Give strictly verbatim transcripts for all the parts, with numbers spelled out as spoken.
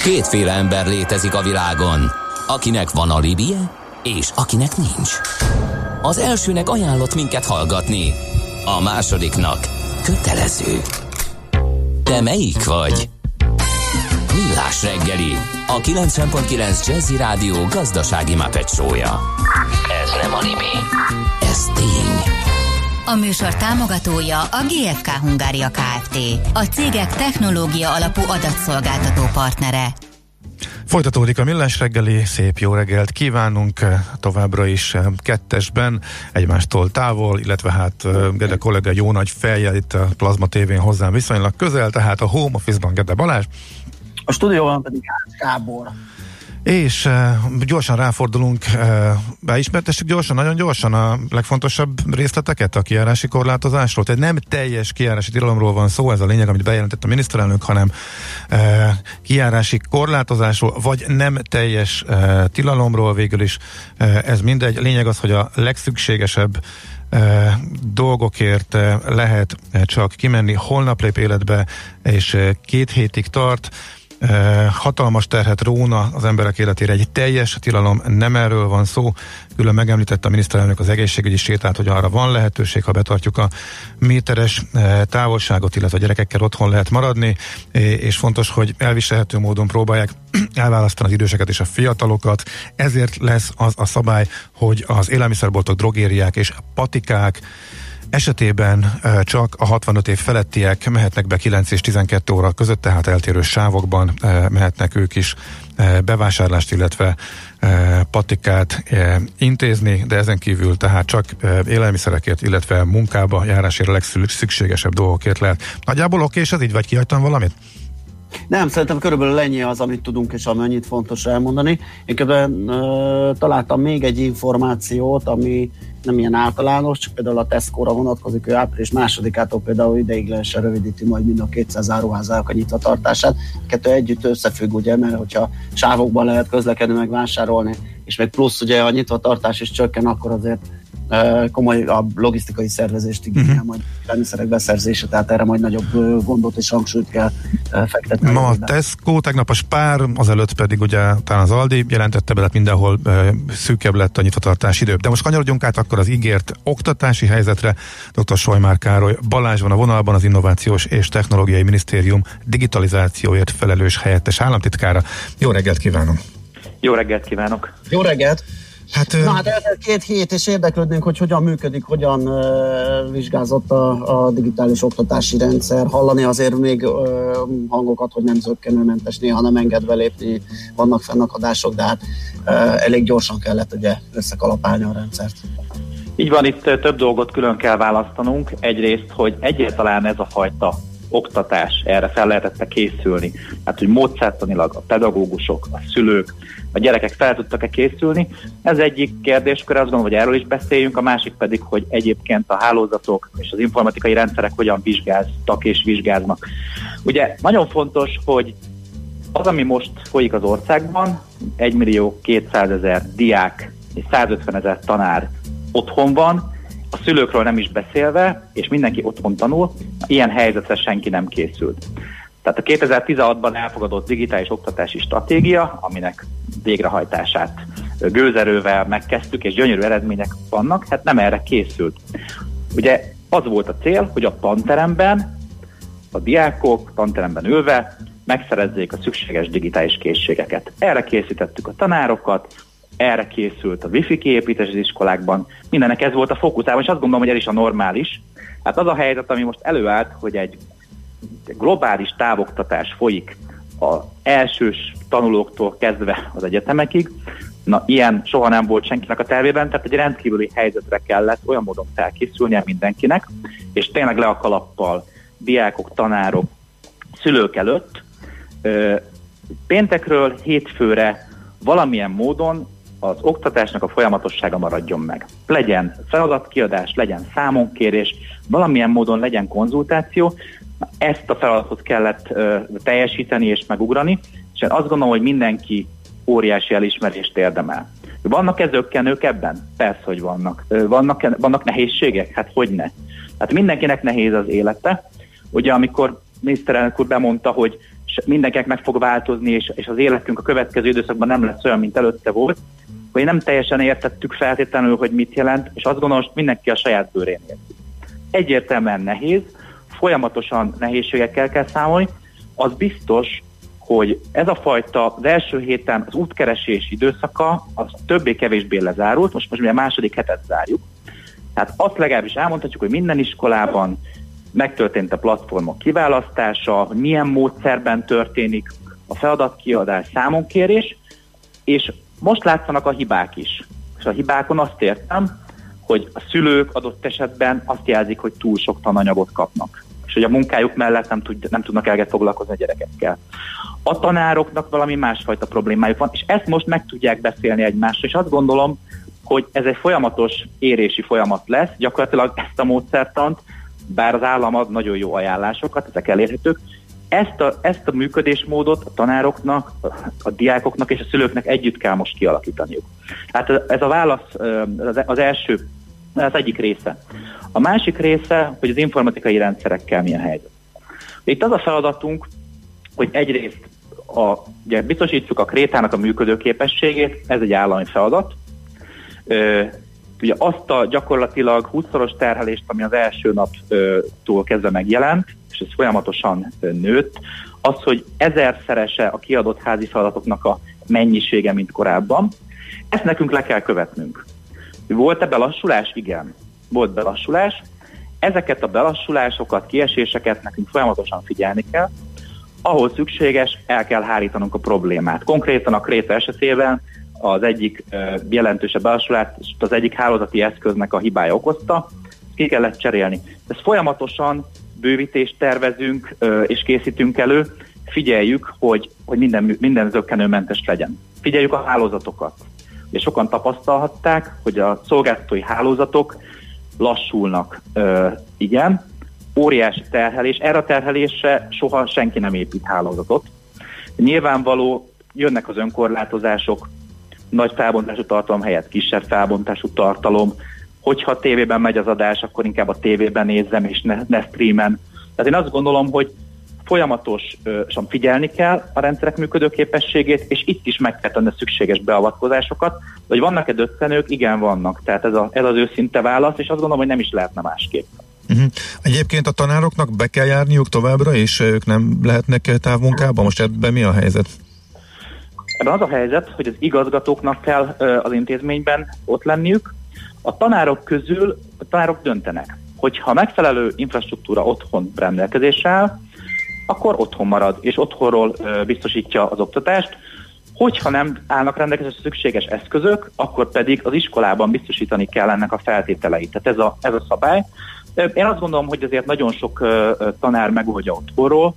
Kétféle ember létezik a világon, akinek van alibije, és akinek nincs. Az elsőnek ajánlott minket hallgatni, a másodiknak kötelező. Te melyik vagy? Millás reggeli, a kilencven pont kilenc Jazzy Rádió gazdasági Muppet show-ja. Ez nem anime, ez tény. A műsor támogatója a gé ef ká Hungária Kft. A cégek technológia alapú adatszolgáltató partnere. Folytatódik a Millás reggeli, szép jó reggelt kívánunk továbbra is kettesben, egymástól távol, illetve hát Gede kollega jó nagy fejjel itt a Plazma tévén hozzám viszonylag közel, tehát a Home Office-ban Gede Balázs. A stúdióban pedig Gábor. És uh, gyorsan ráfordulunk, uh, beismertessük gyorsan, nagyon gyorsan a legfontosabb részleteket a kijárási korlátozásról. Tehát nem teljes kijárási tilalomról van szó, ez a lényeg, amit bejelentett a miniszterelnök, hanem uh, kijárási korlátozásról, vagy nem teljes uh, tilalomról végül is. Uh, ez mindegy. Lényeg az, hogy a legszükségesebb Uh, dolgokért uh, lehet uh, csak kimenni. Holnap lép életbe, és uh, két hétig tart. Uh, hatalmas terhet róna az emberek életére egy teljes tilalom, nem erről van szó. Külön megemlítette a miniszterelnök az egészségügyi sétát, hogy arra van lehetőség, ha betartjuk a méteres uh, távolságot, illetve a gyerekekkel otthon lehet maradni, és fontos, hogy elviselhető módon próbálják elválasztani az időseket és a fiatalokat. Ezért lesz az a szabály, hogy az élelmiszerboltok, drogériák és patikák esetében uh, csak a hatvanöt év felettiek mehetnek be kilenc és tizenkettő óra között, tehát eltérő sávokban uh, mehetnek ők is uh, bevásárlást, illetve uh, patikát uh, intézni, de ezen kívül tehát csak uh, élelmiszerekért, illetve munkába járásért a legszükségesebb dolgokért lehet. Nagyjából oké, és ez így, vagy kihagytam valamit? Nem, szerintem körülbelül ennyi az, amit tudunk, és amennyit fontos elmondani. Én közben ö, találtam még egy információt, ami nem ilyen általános, csak például a Tesco-ra vonatkozik, ő április másodikától például ideiglenesen rövidíti majd mind a kétszáz áruházának a nyitvatartását. Kettő együtt összefügg, ugye, mert hogyha sávokban lehet közlekedni, meg vásárolni, és még plusz ugye a nyitvatartás is csökken, akkor azért komoly a logisztikai szervezést igényel, uh-huh. majd élelmiszerek beszerzése, tehát erre majd nagyobb gondot és hangsúlyt kell fektetni. Ma a Tesco, tegnap a Spár, azelőtt pedig ugye talán az Aldi jelentette be, mindenhol e, szűkebb lett a nyitvatartási idő. De most kanyarodjunk át akkor az ígért oktatási helyzetre. doktor Sojmár Károly Balázs van a vonalban, az Innovációs és Technológiai Minisztérium digitalizációért felelős helyettes államtitkára. Jó reggelt kívánok! Jó reggelt kívánok! Jó reggelt! Hát, Na hát ez két hét, és érdeklődnénk, hogy hogyan működik, hogyan uh, vizsgázott a, a digitális oktatási rendszer. Hallani azért még uh, hangokat, hogy nem zökkenőmentes, néha nem enged belépni, vannak fennakadások, de hát uh, elég gyorsan kellett ugye összekalapálni a rendszert. Így van, itt több dolgot külön kell választanunk. Egyrészt, hogy egyáltalán ez a fajta oktatás, erre fel lehetett készülni. Hát, hogy módszertanilag a pedagógusok, a szülők, a gyerekek fel tudtak-e készülni. Ez egyik kérdéskör, azt gondolom, hogy erről is beszéljünk, a másik pedig, hogy egyébként a hálózatok és az informatikai rendszerek hogyan vizsgáztak és vizsgáznak. Ugye nagyon fontos, hogy az, ami most folyik az országban, egymillió kétszázezer diák és százötvenezer tanár otthon van, a szülőkről nem is beszélve, és mindenki otthon tanul, ilyen helyzetre senki nem készült. Tehát a kétezer-tizenhatban elfogadott digitális oktatási stratégia, aminek végrehajtását gőzerővel megkezdtük, és gyönyörű eredmények vannak, hát nem erre készült. Ugye az volt a cél, hogy a tanteremben a diákok tanteremben ülve megszerezzék a szükséges digitális készségeket. Erre készítettük a tanárokat, erre készült a wifi kiépítés az iskolákban, mindennek ez volt a fókuszában, és azt gondolom, hogy ez is a normális. Hát az a helyzet, ami most előállt, hogy egy globális távoktatás folyik az elsős tanulóktól kezdve az egyetemekig. Na, ilyen soha nem volt senkinek a tervében, tehát egy rendkívüli helyzetre kellett olyan módon felkészülnie mindenkinek, és tényleg le a kalappal diákok, tanárok, szülők előtt. Péntekről hétfőre valamilyen módon az oktatásnak a folyamatossága maradjon meg. Legyen feladatkiadás, legyen számonkérés, valamilyen módon legyen konzultáció. Ezt a feladatot kellett uh, teljesíteni és megugrani, és én azt gondolom, hogy mindenki óriási elismerést érdemel. Vannak-e zökkenők ebben? Persze, hogy vannak. Vannak, vannak nehézségek? Hát hogyne. Hát mindenkinek nehéz az élete. Ugye amikor miniszterelnök úr bemondta, hogy és mindenkinek meg fog változni, és, és az életünk a következő időszakban nem lesz olyan, mint előtte volt, hogy nem teljesen értettük feltétlenül, hogy mit jelent, és azt gondolom, hogy mindenki a saját bőrén érti. Egyértelműen nehéz, folyamatosan nehézségekkel kell számolni. Az biztos, hogy ez a fajta az első héten az útkeresés időszaka az többé-kevésbé lezárult, most most ugye a második hetet zárjuk. Tehát azt legalábbis elmondhatjuk, hogy minden iskolában megtörtént a platformok kiválasztása, hogy milyen módszerben történik a feladatkiadás, számonkérés, és most látszanak a hibák is. És a hibákon azt értem, hogy a szülők adott esetben azt jelzik, hogy túl sok tananyagot kapnak, és hogy a munkájuk mellett nem, tud, nem tudnak eleget foglalkozni a gyerekekkel. A tanároknak valami másfajta problémájuk van, és ezt most meg tudják beszélni egymással, és azt gondolom, hogy ez egy folyamatos érési folyamat lesz, gyakorlatilag ezt a módszertant, bár az állam ad nagyon jó ajánlásokat, ezek elérhetők, ezt a, ezt a működésmódot a tanároknak, a diákoknak és a szülőknek együtt kell most kialakítaniuk. Hát ez a válasz az első, az egyik része. A másik része, hogy az informatikai rendszerekkel milyen helyzet. Itt az a feladatunk, hogy egyrészt a, ugye biztosítjuk a Krétának a működőképességét, ez egy állami feladat. Ugye azt a gyakorlatilag húszszoros terhelést, ami az első naptól kezdve megjelent, és ez folyamatosan nőtt, az, hogy ezerszerese a kiadott házi feladatoknak a mennyisége, mint korábban, ezt nekünk le kell követnünk. Volt-e belassulás? Igen. Volt belassulás. Ezeket a belassulásokat, kieséseket nekünk folyamatosan figyelni kell. Ahol szükséges, el kell hárítanunk a problémát. Konkrétan a Kréta esetében az egyik jelentősebb belassulást az egyik hálózati eszköznek a hibája okozta, ki kellett cserélni. Ez folyamatosan bővítést tervezünk és készítünk elő, figyeljük, hogy, hogy minden, minden zökkenőmentes legyen. Figyeljük a hálózatokat. És sokan tapasztalhatták, hogy a szolgáltatói hálózatok lassulnak. Ö, igen, óriási terhelés. Erre a terhelésre soha senki nem épít hálózatot. Nyilvánvaló, jönnek az önkorlátozások, nagy felbontású tartalom helyett kisebb felbontású tartalom. Hogyha tévében megy az adás, akkor inkább a tévében nézzem, és ne, ne streamen. Tehát én azt gondolom, hogy folyamatosan figyelni kell a rendszerek működőképességét, és itt is meg kell tenni a szükséges beavatkozásokat. De hogy vannak-e döccenők? Igen, vannak. Tehát ez, a, ez az őszinte válasz, és azt gondolom, hogy nem is lehetne másképp. Uh-huh. Egyébként a tanároknak be kell járniuk továbbra, és ők nem lehetnek távmunkában? Most ebben mi a helyzet? Ebben az a helyzet, hogy az igazgatóknak kell az intézményben ott lenniük. A tanárok közül a tanárok döntenek, hogyha megfelelő infrastruktúra otthon rendelkezésre áll, akkor otthon marad, és otthonról biztosítja az oktatást. Hogyha nem állnak rendelkezésre szükséges eszközök, akkor pedig az iskolában biztosítani kell ennek a feltételeit. Tehát ez a, ez a szabály. Én azt gondolom, hogy azért nagyon sok tanár megoldja otthonról,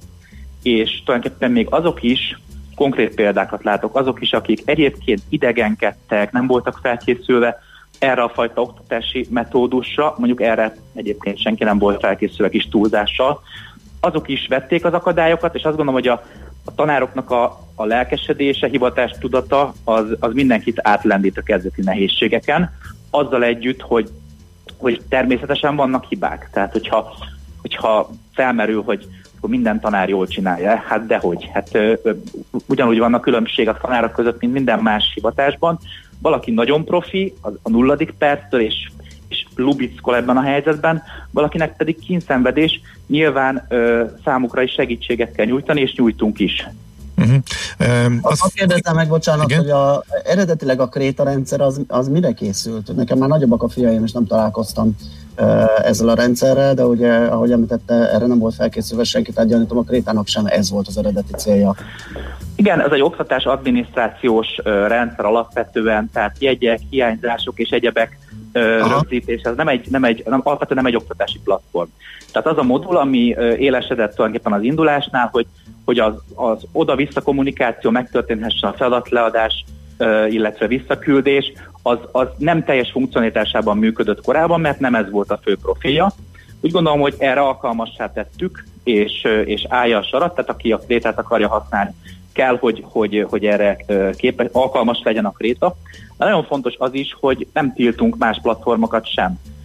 és tulajdonképpen még azok is, konkrét példákat látok, azok is, akik egyébként idegenkedtek, nem voltak felkészülve erre a fajta oktatási metódusra, mondjuk erre egyébként senki nem volt felkészülve kis túlzással, azok is vették az akadályokat, és azt gondolom, hogy a, a tanároknak a, a lelkesedése, hivatás tudata az, az mindenkit átlendít a kezdeti nehézségeken, azzal együtt, hogy, hogy természetesen vannak hibák. Tehát, hogyha, hogyha felmerül, hogy akkor minden tanár jól csinálja, hát dehogy. Hát ö, ö, ugyanúgy vannak különbség a tanárok között, mint minden más hivatásban. Valaki nagyon profi, a, a nulladik perctől, és, és lubickol ebben a helyzetben, valakinek pedig kínszenvedés, nyilván ö, számukra is segítséget kell nyújtani, és nyújtunk is. Uh-huh. Um, azt azt kérdeztem meg, bocsánat, igen? hogy a, eredetileg a Kréta rendszer az, az mire készült? Nekem már nagyobbak a fiaim, és nem találkoztam uh, ezzel a rendszerrel, de ugye, ahogy említette, erre nem volt felkészülve senki, tehát gyanítom, a Krétának sem ez volt az eredeti célja. Igen, ez egy oktatás adminisztrációs uh, rendszer alapvetően, tehát jegyek, hiányzások és egyebek uh, rögzítés, ez nem egy, nem egy, nem, alapvetően nem egy oktatási platform. Tehát az a modul, ami uh, élesedett tulajdonképpen az indulásnál, hogy hogy az, az oda-vissza kommunikáció megtörténhessen, a feladatleadás, illetve visszaküldés, az, az nem teljes funkcionalitásában működött korábban, mert nem ez volt a fő profilja. Úgy gondolom, hogy erre alkalmassá tettük, és, és állja a sarat, tehát aki a Krétát akarja használni, kell, hogy, hogy, hogy erre képes, alkalmas legyen a Kréta. De nagyon fontos az is, hogy nem tiltunk más platformokat sem.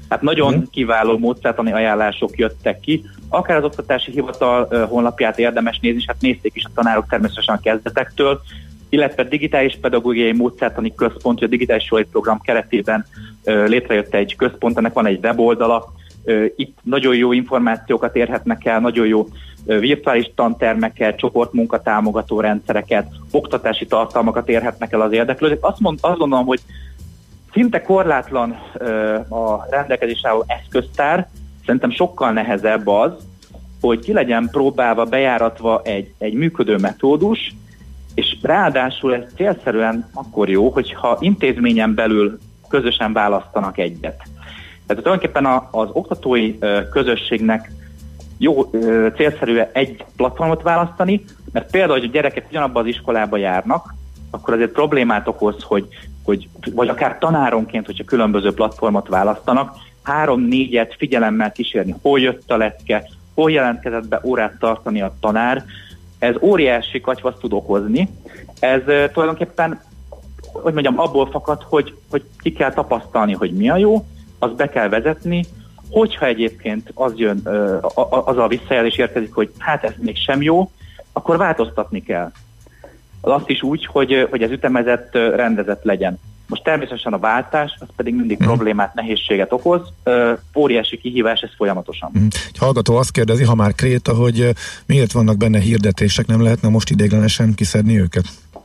Hát nagyon uh-huh. kiváló módszertani ajánlások jöttek ki, akár az Oktatási Hivatal uh, honlapját érdemes nézni, és hát nézték is a tanárok természetesen a kezdetektől, illetve digitális pedagógiai módszertani központ, a digitális program keretében uh, létrejött egy központ, ennek van egy weboldala, uh, itt nagyon jó információkat érhetnek el, nagyon jó uh, virtuális tantermeket, csoportmunkatámogató rendszereket, oktatási tartalmakat érhetnek el az érdeklődők. Azt, mond, azt gondolom, hogy szinte korlátlan uh, a rendelkezésre álló eszköztár, szerintem sokkal nehezebb az, hogy ki legyen próbálva, bejáratva egy, egy működő metódus, és ráadásul ez célszerűen akkor jó, hogyha intézményen belül közösen választanak egyet. Tehát tulajdonképpen a, az oktatói uh, közösségnek jó uh, célszerű egy platformot választani, mert például, hogy a gyerekek ugyanabban az iskolába járnak, akkor azért problémát okoz, hogy, hogy vagy akár tanáronként, hogyha különböző platformot választanak, három-négyet figyelemmel kísérni, hol jött a lecke, hol jelentkezett be órát tartani a tanár. Ez óriási katyvaszt tud okozni. Ez uh, tulajdonképpen, hogy mondjam, abból fakad, hogy, hogy ki kell tapasztalni, hogy mi a jó, azt be kell vezetni, hogyha egyébként az jön, uh, az a visszajelzés érkezik, hogy hát ez még sem jó, akkor változtatni kell. Azt is úgy, hogy, hogy ez ütemezett, rendezett legyen. Most természetesen a váltás, az pedig mindig mm. problémát, nehézséget okoz. Uh, óriási kihívás, ez folyamatosan. Mm. Egy hallgató azt kérdezi, ha már kréta, hogy uh, miért vannak benne hirdetések, nem lehetne most ideiglenesen kiszedni őket?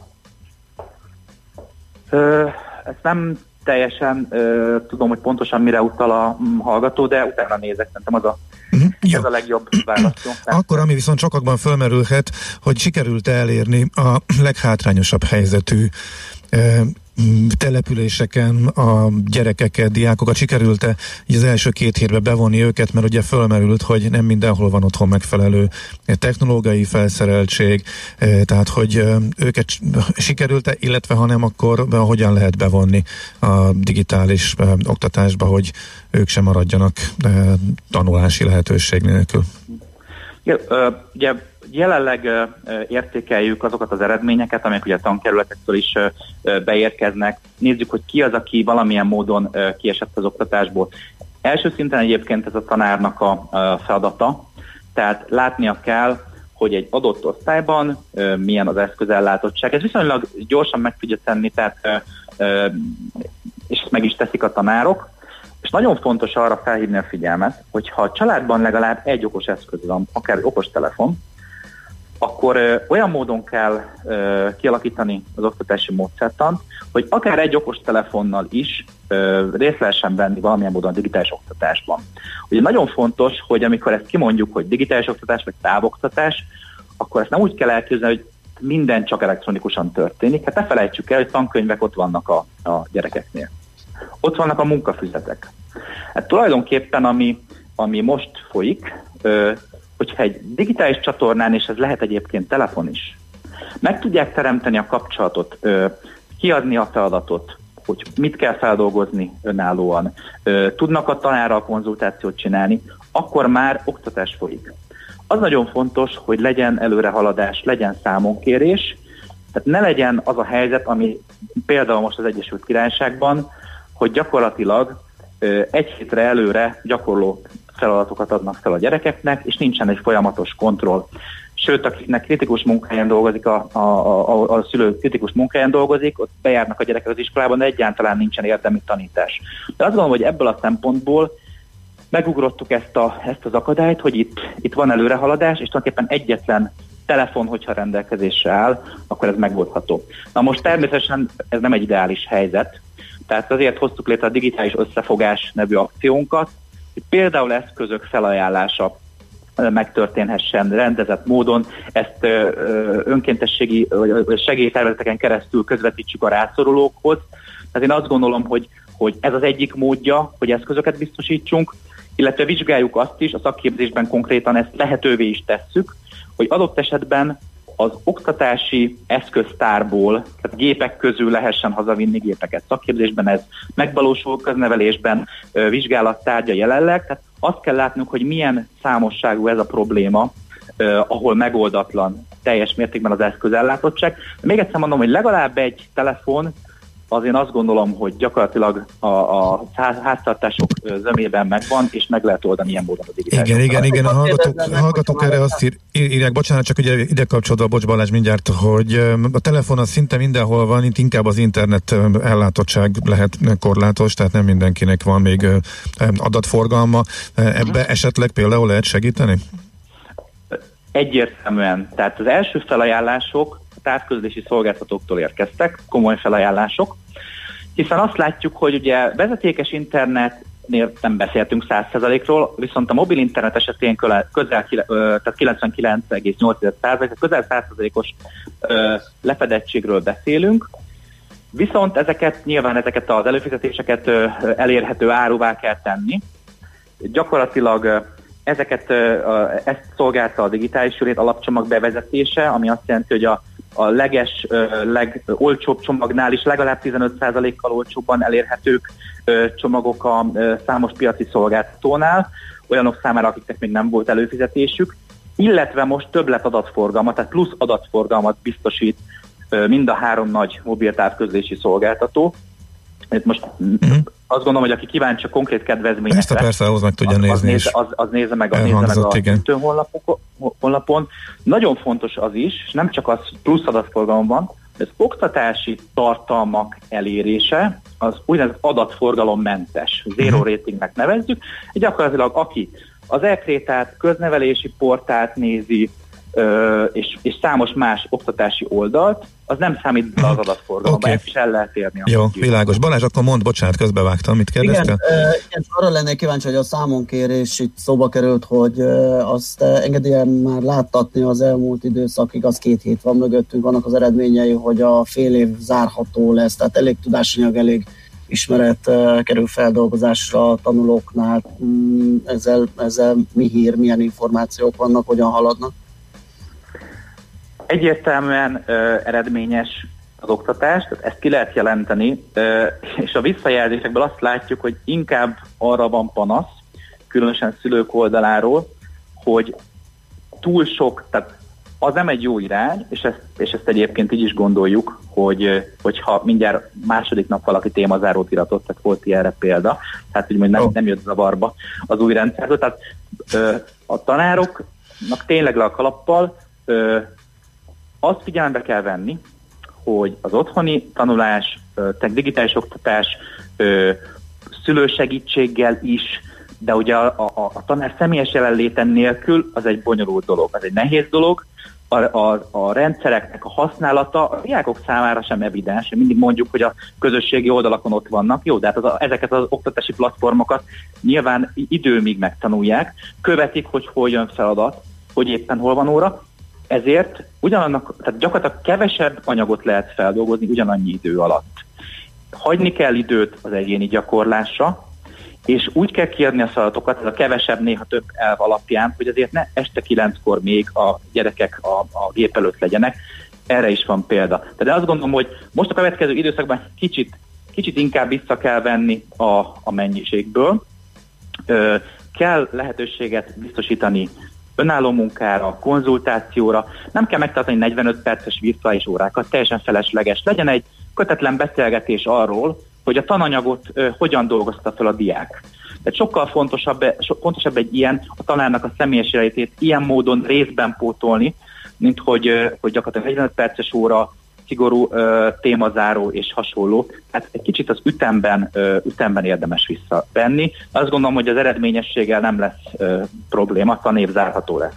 Uh, ezt nem teljesen uh, tudom, hogy pontosan mire utal a um, hallgató, de utána nézek, szerintem az a Uh-huh. Ez a legjobb választó. Akkor, ami viszont sokakban fölmerülhet, hogy sikerült elérni a leghátrányosabb helyzetű eh, településeken a gyerekeket, diákokat, sikerült-e az első két hétben bevonni őket, mert ugye fölmerült, hogy nem mindenhol van otthon megfelelő technológiai felszereltség, eh, tehát hogy eh, őket sikerült-e, illetve ha nem, akkor hogyan lehet bevonni a digitális eh, oktatásba, hogy ők sem maradjanak eh, tanulási lehetőség nélkül. Ja, ugye jelenleg értékeljük azokat az eredményeket, amelyek ugye a tankerületektől is beérkeznek. Nézzük, hogy ki az, aki valamilyen módon kiesett az oktatásból. Első szinten egyébként ez a tanárnak a feladata, tehát látnia kell, hogy egy adott osztályban milyen az eszközellátottság. Ez viszonylag gyorsan meg tudja tenni, tehát, és ezt meg is teszik a tanárok. És nagyon fontos arra felhívni a figyelmet, hogyha a családban legalább egy okos eszköz van, akár okos telefon, akkor ö, olyan módon kell ö, kialakítani az oktatási módszertant, hogy akár egy okos telefonnal is ö, részt lehessen venni valamilyen módon a digitális oktatásban. Ugye nagyon fontos, hogy amikor ezt kimondjuk, hogy digitális oktatás vagy távoktatás, akkor ezt nem úgy kell elképzelni, hogy minden csak elektronikusan történik. Hát ne felejtsük el, hogy tankönyvek ott vannak a, a gyerekeknél. Ott vannak a munkafüzetek. Hát tulajdonképpen, ami, ami most folyik, ö, hogyha egy digitális csatornán, és ez lehet egyébként telefon is, meg tudják teremteni a kapcsolatot, ö, kiadni a feladatot, hogy mit kell feldolgozni önállóan, ö, tudnak a tanárral konzultációt csinálni, akkor már oktatás folyik. Az nagyon fontos, hogy legyen előrehaladás, legyen számonkérés, tehát ne legyen az a helyzet, ami például most az Egyesült Királyságban, hogy gyakorlatilag ö, egy hétre előre gyakorló feladatokat adnak fel a gyerekeknek, és nincsen egy folyamatos kontroll. Sőt, akiknek kritikus munkáján dolgozik, a, a, a, a szülő kritikus munkáján dolgozik, ott bejárnak a gyerekek az iskolában, de egyáltalán nincsen érdemi tanítás. De azt gondolom, hogy ebből a szempontból megugrottuk ezt, a, ezt az akadályt, hogy itt, itt van előrehaladás, és tulajdonképpen egyetlen telefon, hogyha rendelkezésre áll, akkor ez megoldható. Na most természetesen ez nem egy ideális helyzet, tehát azért hoztuk létre a digitális összefogás nevű akciónkat, hogy például eszközök felajánlása megtörténhessen rendezett módon, ezt önkéntességi vagy segélytervezeteken keresztül közvetítsük a rászorulókhoz. Tehát én azt gondolom, hogy, hogy ez az egyik módja, hogy eszközöket biztosítsunk, illetve vizsgáljuk azt is, a szakképzésben konkrétan ezt lehetővé is tesszük, hogy adott esetben az oktatási eszköztárból, tehát gépek közül lehessen hazavinni gépeket. Szakképzésben ez megvalósul, köznevelésben vizsgálattárgya jelenleg, tehát azt kell látnunk, hogy milyen számosságú ez a probléma, eh, ahol megoldatlan teljes mértékben az eszközellátottság. Még egyszer mondom, hogy legalább egy telefon az én azt gondolom, hogy gyakorlatilag a, a háztartások zömében megvan, és meg lehet oldani ilyen módon a digitális. Igen, igen, igen, a hallgatók, hallgatók erre azt ír, írják, bocsánat, csak ugye ide kapcsolódva, bocs Balázs mindjárt, hogy a telefon az szinte mindenhol van, itt inkább az internet ellátottság lehet korlátos, tehát nem mindenkinek van még adatforgalma. Ebbe esetleg például lehet segíteni? Egyértelműen. Tehát az első felajánlások a távközlési szolgáltatóktól érkeztek, komoly felajánlások, hiszen azt látjuk, hogy ugye vezetékes internetnél nem beszéltünk száz százalékról, viszont a mobil internet esetén közel, tehát kilencvenkilenc egész nyolc százalék, közel száz százalékos lefedettségről beszélünk, viszont ezeket nyilván ezeket az előfizetéseket elérhető áruvá kell tenni. Gyakorlatilag ezeket, ezt szolgálta a digitális jólét alapcsomag bevezetése, ami azt jelenti, hogy a, a leges, legolcsóbb csomagnál is legalább tizenöt százalékkal olcsóbban elérhetők csomagok a számos piaci szolgáltatónál, olyanok számára, akiknek még nem volt előfizetésük, illetve most többlet adatforgalmat, tehát plusz adatforgalmat biztosít mind a három nagy mobiltávközlési szolgáltató. Itt most mm-hmm. azt gondolom, hogy aki kíváncsi a konkrét kedvezményekre, ezt a persze ahhoz meg tudja az, nézni, az, nézze, az, az nézze meg, az nézze meg a kettő honlapon. Nagyon fontos az is, nem csak az plusz adatforgalom van, de az oktatási tartalmak elérése az úgynevezett adatforgalommentes, zero mm-hmm. ratingnek nevezzük, gyakorlatilag aki az e-krétát, köznevelési portált nézi, Ö, és, és számos más oktatási oldalt, az nem számít be az adatforgalomba, okay. Ezt is el lehet érni. Jó, világos. Balázs, akkor mondd, bocsánat, közbevágtam, mit kérdeztél? Igen, uh, igen, arra lennék kíváncsi, hogy a számonkérés itt szóba került, hogy uh, azt uh, engedélyen már láttatni az elmúlt időszakig, az két hét van mögöttünk, vannak az eredményei, hogy a fél év zárható lesz, tehát elég tudásanyag, elég ismeret uh, kerül feldolgozásra a tanulóknál. Mm, ezzel, ezzel mi hír, milyen információk vannak, hogyan haladnak? Egyértelműen ö, eredményes az oktatás, tehát ezt ki lehet jelenteni, ö, és a visszajelzésekből azt látjuk, hogy inkább arra van panasz, különösen szülők oldaláról, hogy túl sok, tehát az nem egy jó irány, és ezt, és ezt egyébként így is gondoljuk, hogy hogyha mindjárt második nap valaki témazárót iratott, tehát volt ilyenre példa, tehát hogy nem, nem jött zavarba az új rendszerről, tehát ö, a tanároknak tényleg le a kalappal, ö, azt figyelembe kell venni, hogy az otthoni tanulás, tehát digitális oktatás szülősegítséggel is, de ugye a, a, a tanár személyes jelenléten nélkül az egy bonyolult dolog, az egy nehéz dolog, a, a, a rendszereknek a használata a diákok számára sem evidens. Mindig mondjuk, hogy a közösségi oldalakon ott vannak, jó, de hát az, a, ezeket az oktatási platformokat nyilván időmig megtanulják, követik, hogy hol jön feladat, hogy éppen hol van óra, ezért ugyanannak, tehát gyakorlatilag kevesebb anyagot lehet feldolgozni ugyanannyi idő alatt. Hagyni kell időt az egyéni gyakorlásra, és úgy kell kiadni a feladatokat, ez a kevesebb, néha több elv alapján, hogy azért ne este kilenckor még a gyerekek a, a gép előtt legyenek. Erre is van példa. De azt gondolom, hogy most a következő időszakban kicsit, kicsit inkább vissza kell venni a, a mennyiségből. Ö, kell lehetőséget biztosítani önálló munkára, konzultációra, nem kell megtartani negyvenöt perces virtuális órákat, teljesen felesleges. Legyen egy kötetlen beszélgetés arról, hogy a tananyagot ö, hogyan dolgozta fel a diák. Tehát sokkal fontosabb, so, fontosabb egy ilyen, a tanárnak a személyes jelenlétét ilyen módon részben pótolni, mint hogy, ö, hogy gyakorlatilag negyvenöt perces óra, szigorú ö, témazáró és hasonló. Hát egy kicsit az ütemben, ö, ütemben érdemes visszavenni. Azt gondolom, hogy az eredményességgel nem lesz ö, probléma, a tanév zárható lesz.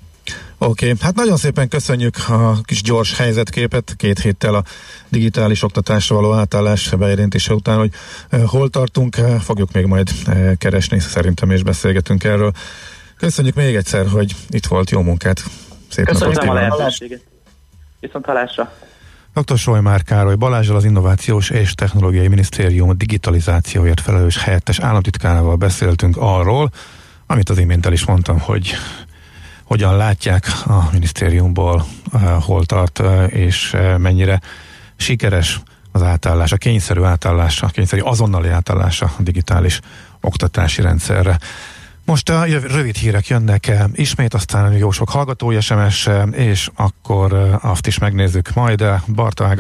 Oké, okay. Hát nagyon szépen köszönjük a kis gyors helyzetképet két héttel a digitális oktatásra való átállás bejelentése után, hogy uh, hol tartunk, uh, fogjuk még majd uh, keresni szerintem, és beszélgetünk erről. Köszönjük még egyszer, hogy itt volt, jó munkát! Szép Köszönöm napot a lehetőséget! Viszont hallásra! doktor Solymár Károly Balázsral, az Innovációs és Technológiai Minisztérium digitalizációért felelős helyettes államtitkárával beszéltünk arról, amit az imént el is mondtam, hogy hogyan látják a minisztériumból, uh, hol tart, uh, és uh, mennyire sikeres az átállás, a kényszerű átállás, a kényszerű azonnali átállás a digitális oktatási rendszerre. Most a rövid hírek jönnek ismét, aztán jó sok hallgatói es em es, és akkor azt is megnézzük majd. Barta Ágnes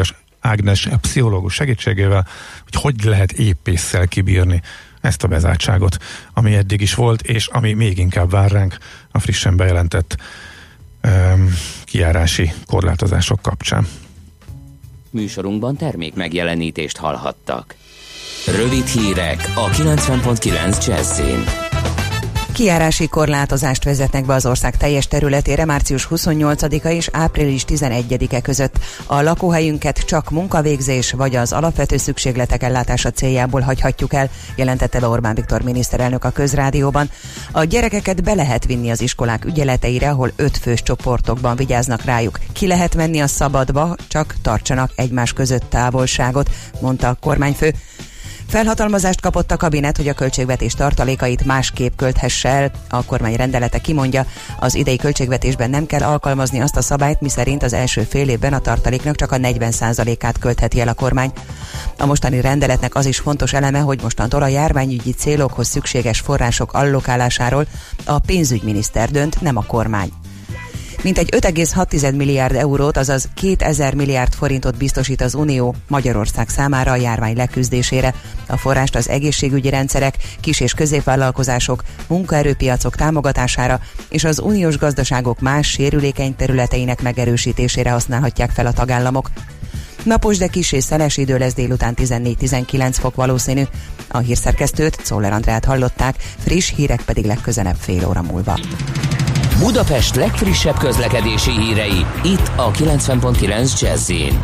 Ágnes pszichológus segítségével, hogy hogy lehet épésszel kibírni ezt a bezártságot, ami eddig is volt, és ami még inkább vár ránk a frissen bejelentett um, kijárási korlátozások kapcsán. Műsorunkban termék megjelenítést hallhattak. Rövid hírek a kilencven pont kilenc Jazzin. Kijárási korlátozást vezetnek be az ország teljes területére március huszonnyolcadika és április tizenegyedike között. A lakóhelyünket csak munkavégzés vagy az alapvető szükségletek ellátása céljából hagyhatjuk el, jelentette be Orbán Viktor miniszterelnök a Közrádióban. A gyerekeket be lehet vinni az iskolák ügyeleteire, ahol öt fős csoportokban vigyáznak rájuk. Ki lehet menni a szabadba, csak tartsanak egymás között távolságot, mondta a kormányfő. Felhatalmazást kapott a kabinet, hogy a költségvetés tartalékait másképp költhesse el. A kormány rendelete kimondja, az idei költségvetésben nem kell alkalmazni azt a szabályt, miszerint az első fél évben a tartaléknak csak a negyven százalékát költheti el a kormány. A mostani rendeletnek az is fontos eleme, hogy mostantól a járványügyi célokhoz szükséges források allokálásáról a pénzügyminiszter dönt, nem a kormány. Mintegy öt egész hat milliárd eurót, azaz kétezer milliárd forintot biztosít az Unió Magyarország számára a járvány leküzdésére. A forrást az egészségügyi rendszerek, kis- és középvállalkozások, munkaerőpiacok támogatására és az uniós gazdaságok más sérülékeny területeinek megerősítésére használhatják fel a tagállamok. Napos, de kis és szeles idő lesz, délután tizennégy-tizenkilenc fok valószínű. A hírszerkesztőt, Czoller Andrát hallották, friss hírek pedig legközelebb fél óra múlva. Budapest legfrissebb közlekedési hírei, itt a kilencven pont kilenc Jazz-in.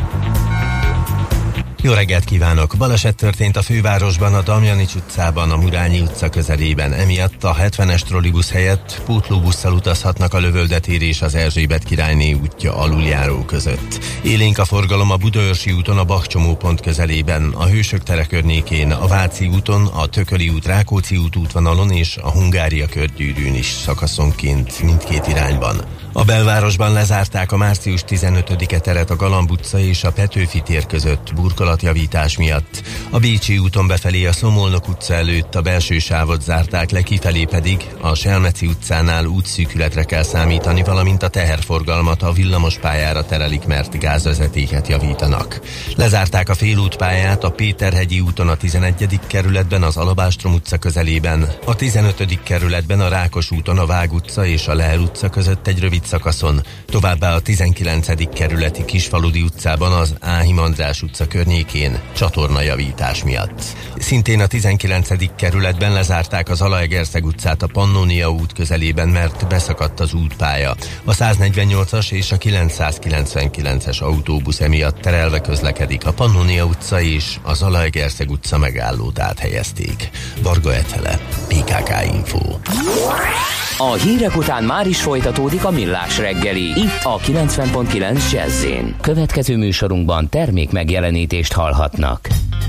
Jó reggelt kívánok! Baleset történt a fővárosban, a Damjanics utcában, a Murányi utca közelében. Emiatt a hetvenes trollibusz helyett pótlóbusszal utazhatnak a Lövöldet és az Erzsébet királyné útja aluljáró között. Élénk a forgalom a Budaörsi úton, a Bach csomópont közelében, a Hősök tere környékén, a Váci úton, a Tököli út, Rákóczi út útvonalon és a Hungária körgyűrűn is szakaszonként mindkét irányban. A belvárosban lezárták a március tizenötödike teret a Galamb utca és a Petőfi tér között burkolatjavítás miatt. A Bécsi úton befelé a Szomolnok utca előtt a belső sávot zárták le, kifelé pedig a Selmeci utcánál útszűkületre kell számítani, valamint a teherforgalmat a villamospályára terelik, mert gázvezetéket javítanak. Lezárták a félútpályát a Péterhegyi úton a tizenegyedik kerületben, az Alabástrom utca közelében, a tizenötödik kerületben a Rákos úton a Vág utca és a Lehel utca között egy rövid szakaszon, továbbá a tizenkilencedik kerületi Kisfaludi utcában az Áhim András utca környékén csatornajavítás miatt. Szintén a tizenkilencedik kerületben lezárták az Zalaegerszeg utcát a Pannonia út közelében, mert beszakadt az útpálya. A száznegyvennyolcas és a kilencszázkilencvenkilences autóbusz emiatt terelve közlekedik. A Pannonia utca és a Zalaegerszeg utca megállót áthelyezték. Varga Etele, pé ká ká Info. A hírek után már is folytatódik a Millás reggeli, itt a kilencven pont kilenc Jazz-én. Következő műsorunkban termék megjelenítést hallhatnak.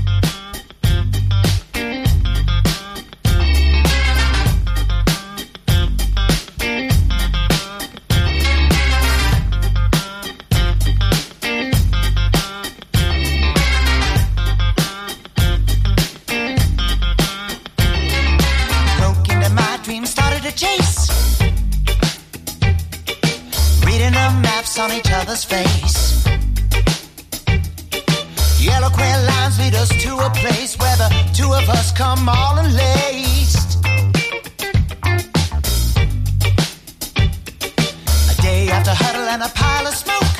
On each other's face, yellow crayon lines lead us to a place where the two of us come all unlaced. A day after huddle and a pile of smoke,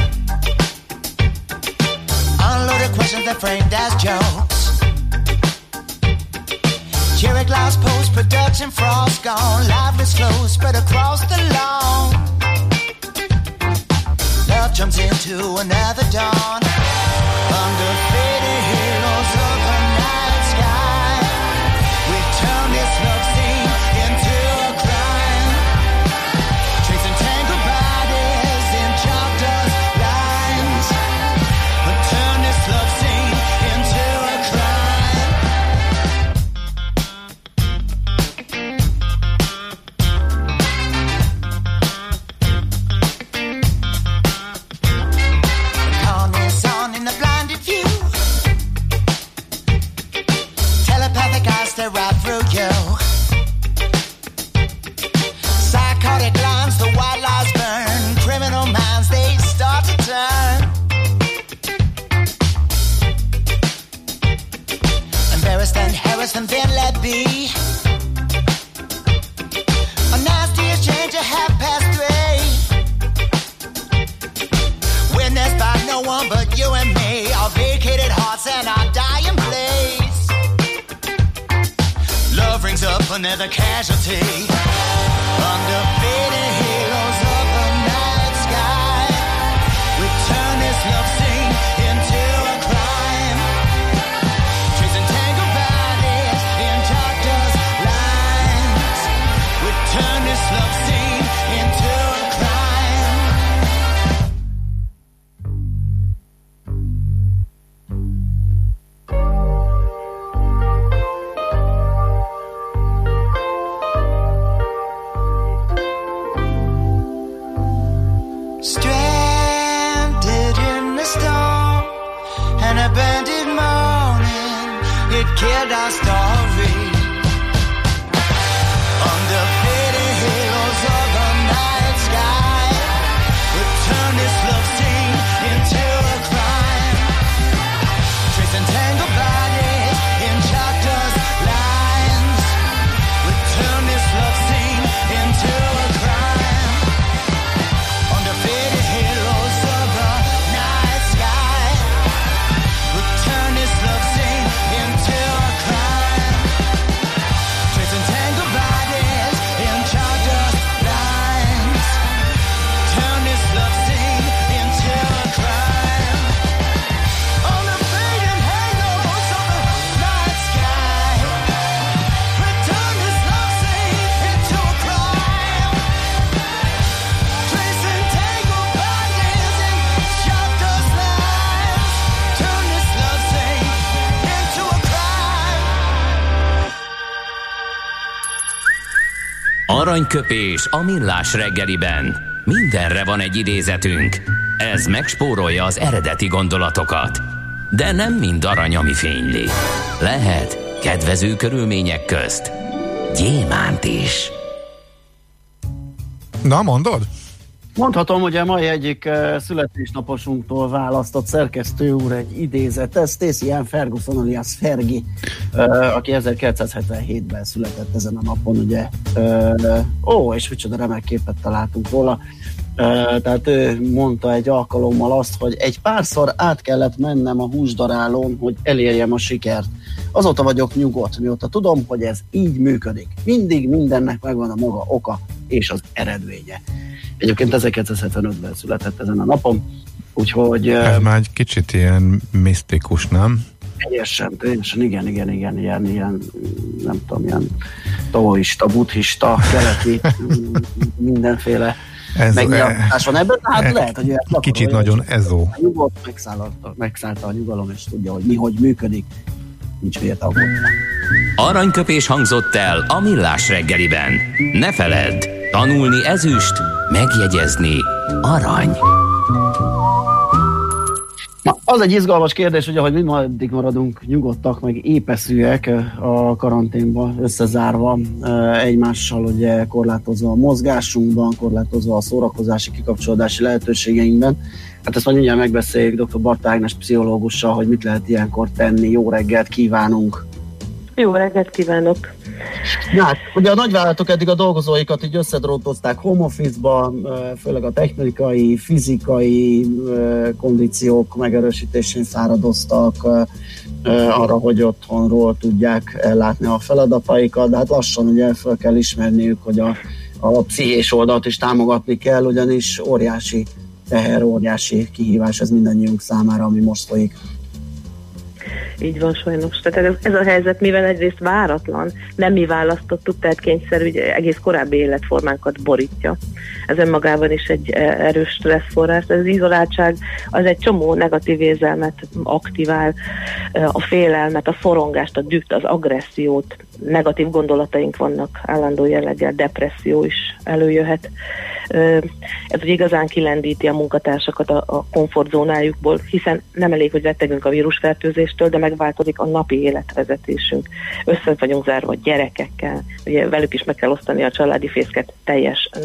unloaded questions that framed as jokes. Cherry glass post production frost gone, lifeless flows spread across the lawn. Love jumps into another dawn under faded halos of the night sky. We turn this love scene into a crime, tracing tangled bodies in chalk dust lines. We turn this love scene into a crime. you and me, our vacated hearts and our dying place. Love rings up another casualty under fading halos of the night sky. We turn this love scene into a crime, tracing tangled bodies in dark dust lines. We turn this love scene into a crime. Stranded in the storm, an abandoned morning, it killed our story. Under fading halos of the night sky, we turn this love scene into a crime, tracing tangled bodies in chalk dust lines. We turn this love scene into a crime. Under faded halos of the night sky, we turn this love scene into a crime, tracing tangled bodies in chalk dust lines. Turn this love scene into a crime. Under faded halos of the night sky, we turn this love scene into a crime, tracing tangled bodies in chalk dust lines. Turn this love scene into a crime. Aranyköpés a millás reggeliben. Mindenre van egy idézetünk. Ez megspórolja az eredeti gondolatokat. De nem mind arany, ami fényli. Lehet kedvező körülmények közt gyémánt is. Na, mondod? Mondhatom, hogy a mai egyik uh, születésnaposunktól választott szerkesztő úr egy idézet. Ez Stacey Ann Ferguson alias Fergie, uh, aki ezerkilencszázhetvenhétben született ezen a napon, ugye. Uh, ó, és micsoda remek képet találtunk róla. Uh, tehát ő mondta egy alkalommal azt, hogy egy párszor át kellett mennem a húsdarálón, hogy elérjem a sikert. Azóta vagyok nyugodt, mióta tudom, hogy ez így működik. Mindig mindennek megvan a maga oka és az eredménye. Egyébként ezerkilencszázhetvenötben született ezen a napon, úgyhogy... Ez uh, már egy kicsit ilyen misztikus, nem? Teljesen, teljesen, igen, igen, igen, ilyen, ilyen, nem tudom, ilyen taoista, buddhista, keleti, mindenféle ez, megnyilvánítás van ebben, tehát e, lehet, hogy kicsit nagyon ezó. Nyugodt, megszállta a nyugalom, és tudja, hogy mi, hogy működik, nincs miért aggódni. Aranyköpés hangzott el a millás reggeliben. Ne feledd, tanulni ezüst, megjegyezni arany. Na, az egy izgalmas kérdés, ugye, hogy mi addig maradunk nyugodtak, meg épeszűek a karanténban, összezárva egymással, ugye korlátozva a mozgásunkban, korlátozva a szórakozási, kikapcsolódási lehetőségeinkben. Hát ezt majd mindjárt megbeszéljük doktor Barta Ágnes pszichológussal, hogy mit lehet ilyenkor tenni. Jó reggelt kívánunk! Jó reggelt kívánok! Ja, hát, ugye a nagyvállalatok eddig a dolgozóikat így összedrótozták home office-ba, főleg a technikai, fizikai kondíciók megerősítésén fáradoztak arra, hogy otthonról tudják ellátni a feladataikat, de hát lassan ugye fel kell ismerniük, hogy a, a pszichés oldalt is támogatni kell, ugyanis óriási teher, óriási kihívás ez mindannyiunk számára, ami most folyik. Így van sajnos. Tehát ez, ez a helyzet, mivel egyrészt váratlan, nem mi választottuk, tehát kényszer, ugye egész korábbi életformánkat borítja. Ez önmagában is egy erős stresszforrás. Ez az izoláltság az egy csomó negatív érzelmet aktivál, a félelmet, a szorongást, a düht, az agressziót, negatív gondolataink vannak állandó jelleggel, depresszió is előjöhet. Ez ugye igazán kilendíti a munkatársakat a, a komfortzónájukból, hiszen nem elég, hogy rettegünk a vírusfertőzéstől, de megváltozik a napi életvezetésünk. Össze vagyunk zárva a gyerekekkel, ugye velük is meg kell osztani a családi fészket teljes napon keresztül.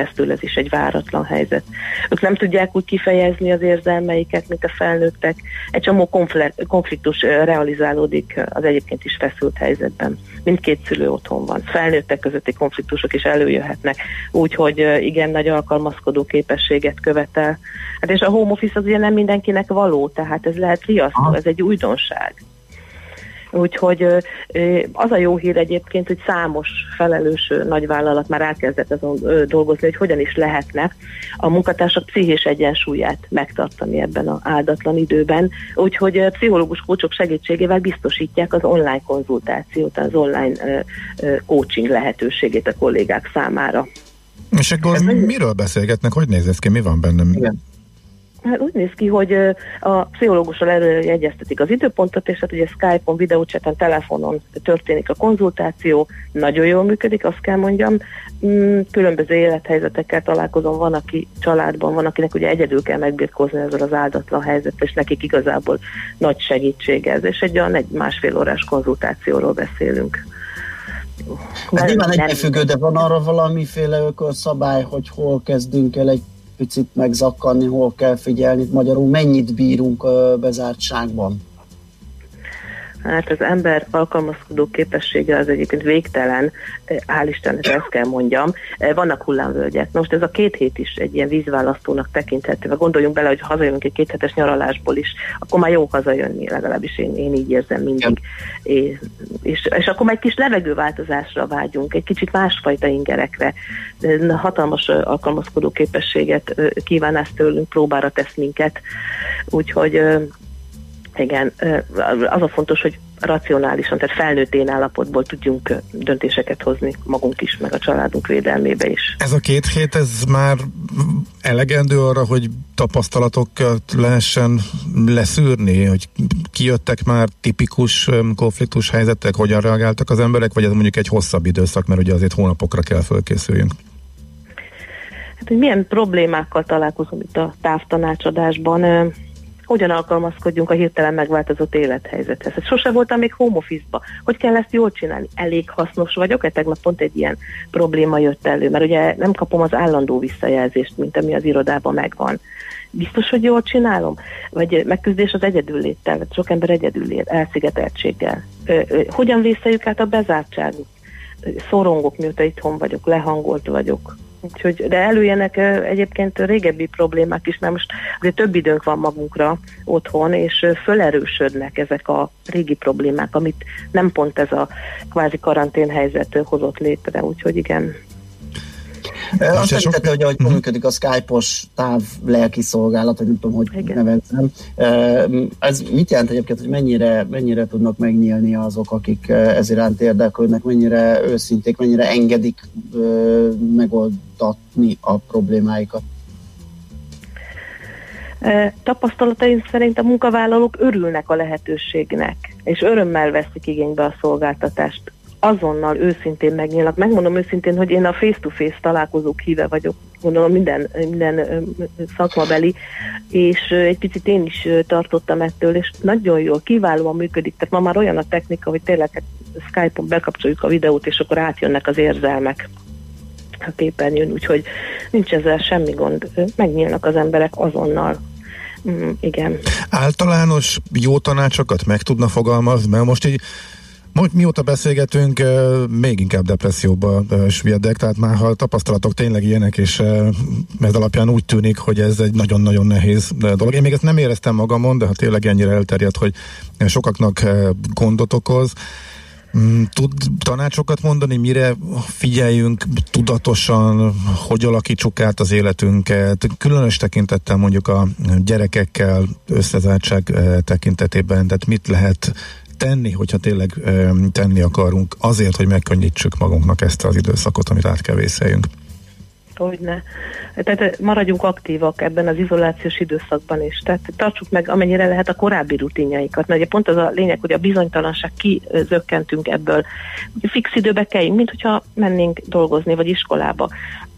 keresztül, ez is egy váratlan helyzet. Ők nem tudják úgy kifejezni az érzelmeiket, mint a felnőttek. Egy csomó konfliktus realizálódik az egyébként is feszült helyzetben. Mindkét szülő otthon van. Felnőttek közötti konfliktusok is előjöhetnek, úgyhogy igen, nagy alkalmazkodó képességet követel. Hát és a home office az ugye nem mindenkinek való, tehát ez lehet riasztó, ez egy újdonság. Úgyhogy az a jó hír egyébként, hogy számos felelős nagyvállalat már elkezdett azon dolgozni, hogy hogyan is lehetne a munkatársak pszichés egyensúlyát megtartani ebben az áldatlan időben. Úgyhogy pszichológus kócsok segítségével biztosítják az online konzultációt, az online coaching lehetőségét a kollégák számára. És akkor ez miről beszélgetnek? Hogy néz ez ki? Mi van bennem? Igen. Hát úgy néz ki, hogy a pszichológussal előre egyeztetik az időpontot, és hát ugye Skype-on, videócsaten, telefonon történik a konzultáció, nagyon jól működik, azt kell mondjam. Különböző élethelyzetekkel találkozom, van, aki családban, van, akinek ugye egyedül kell megbirkózni ezzel az áldatlan helyzettel, és nekik igazából nagy segítség ez, és egy olyan egy másfél órás konzultációról beszélünk. Hát nyilván egybefüggő, de van arra valamiféle ökölszabály, hogy hol kezdünk el egy picit megzakkanni, hol kell figyelni, magyarul mennyit bírunk uh, bezártságban? Hát az ember alkalmazkodó képessége az egyébként végtelen, hál' Istennek ezt kell mondjam, vannak hullámvölgyek. Most ez a két hét is egy ilyen vízválasztónak tekinthető. Gondoljunk bele, hogy hazajönünk egy kéthetes nyaralásból is, akkor már jó hazajönni, legalábbis én, én így érzem mindig. És, és, és akkor már egy kis levegőváltozásra vágyunk, egy kicsit másfajta ingerekre. Hatalmas alkalmazkodó képességet kíván ezt tőlünk, próbára tesz minket. Úgyhogy igen, az a fontos, hogy racionálisan, tehát felnőtt én állapotból tudjunk döntéseket hozni magunk is, meg a családunk védelmébe is. Ez a két hét, ez már elegendő arra, hogy tapasztalatokat lehessen leszűrni, hogy kijöttek már tipikus konfliktus helyzetek, hogyan reagáltak az emberek, vagy ez mondjuk egy hosszabb időszak, mert ugye azért hónapokra kell fölkészüljünk? Hát, hogy milyen problémákkal találkozunk itt a távtanácsadásban, hogyan alkalmazkodjunk a hirtelen megváltozott élethelyzethez. Ez sose voltam még home office-ba. Hogy kell ezt jól csinálni? Elég hasznos vagyok? E tegnap pont egy ilyen probléma jött elő, mert ugye nem kapom az állandó visszajelzést, mint ami az irodában megvan. Biztos, hogy jól csinálom? Vagy megküzdés az egyedülléttel, sok ember egyedül él, elszigeteltséggel. Hogyan vészeljük át a bezártságot? Szorongok, mióta itthon vagyok, lehangolt vagyok. Úgyhogy, de előjönnek egyébként régebbi problémák is, mert most azért több időnk van magunkra otthon, és fölerősödnek ezek a régi problémák, amit nem pont ez a kvázi karanténhelyzet hozott létre, úgyhogy igen. Azt említette, hogy ahogy működik a Skype-os táv lelki szolgálat, hogy nem tudom, hogy igen. nevezzem. Ez mit jelent egyébként, hogy mennyire, mennyire tudnak megnyílni azok, akik ez iránt érdeklődnek, mennyire őszinték, mennyire engedik megoldatni a problémáikat? Tapasztalataim szerint a munkavállalók örülnek a lehetőségnek, és örömmel veszik igénybe a szolgáltatást. Azonnal őszintén megnyílnak. Megmondom őszintén, hogy én a face-to-face találkozók híve vagyok, gondolom minden, minden szakmabeli, és egy picit én is tartottam ettől, és nagyon jól, kiválóan működik. Tehát ma már olyan a technika, hogy tényleg Skype-on bekapcsoljuk a videót, és akkor átjönnek az érzelmek a képernyőn, úgyhogy nincs ezzel semmi gond. Megnyílnak az emberek azonnal. Mm, igen. Általános jó tanácsokat meg tudna fogalmazni, mert most így Most mióta beszélgetünk, még inkább depresszióba süllyedek, tehát már ha a tapasztalatok tényleg ilyenek, és ez alapján úgy tűnik, hogy ez egy nagyon-nagyon nehéz dolog. Én még ezt nem éreztem magamon, de ha tényleg ennyire elterjedt, hogy sokaknak gondot okoz, tud tanácsokat mondani, mire figyeljünk tudatosan, hogy alakítsuk át az életünket, különös tekintettel mondjuk a gyerekekkel összezártság tekintetében, tehát mit lehet tenni, hogyha tényleg ö, tenni akarunk azért, hogy megkönnyítsük magunknak ezt az időszakot, amit át kell vészeljünk. Hogyne. Tehát maradjunk aktívak ebben az izolációs időszakban is. Tehát tartsuk meg amennyire lehet a korábbi rutinjaikat. Mert ugye pont az a lényeg, hogy a bizonytalanság kizökkentünk ebből. Fix időbe kelljünk, mint hogyha mennénk dolgozni, vagy iskolába.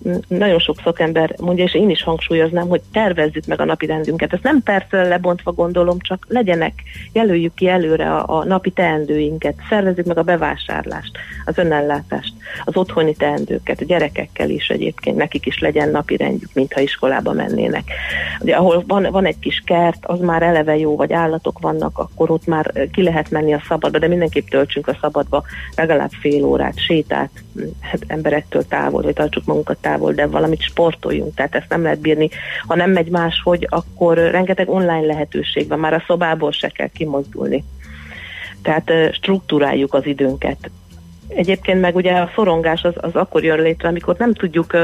nagyon sok szakember mondja, és én is hangsúlyoznám, hogy tervezzük meg a napi rendünket. Ezt nem percre lebontva gondolom, csak legyenek, jelöljük ki előre a, a napi teendőinket, szervezzük meg a bevásárlást, az önellátást, az otthoni teendőket, a gyerekekkel is egyébként, nekik is legyen napi rendjük, mintha iskolába mennének. Ugye, ahol van, van egy kis kert, az már eleve jó, vagy állatok vannak, akkor ott már ki lehet menni a szabadba, de mindenképp töltsünk a szabadba legalább fél órát, sétát, hát emberektől távol, vagy tartsuk magunkat távol, de valamit sportoljunk, tehát ezt nem lehet bírni. Ha nem megy máshogy, akkor rengeteg online lehetőség van, már a szobából se kell kimozdulni. Tehát struktúráljuk az időnket. Egyébként meg ugye a szorongás az, az akkor jön létre, amikor nem tudjuk,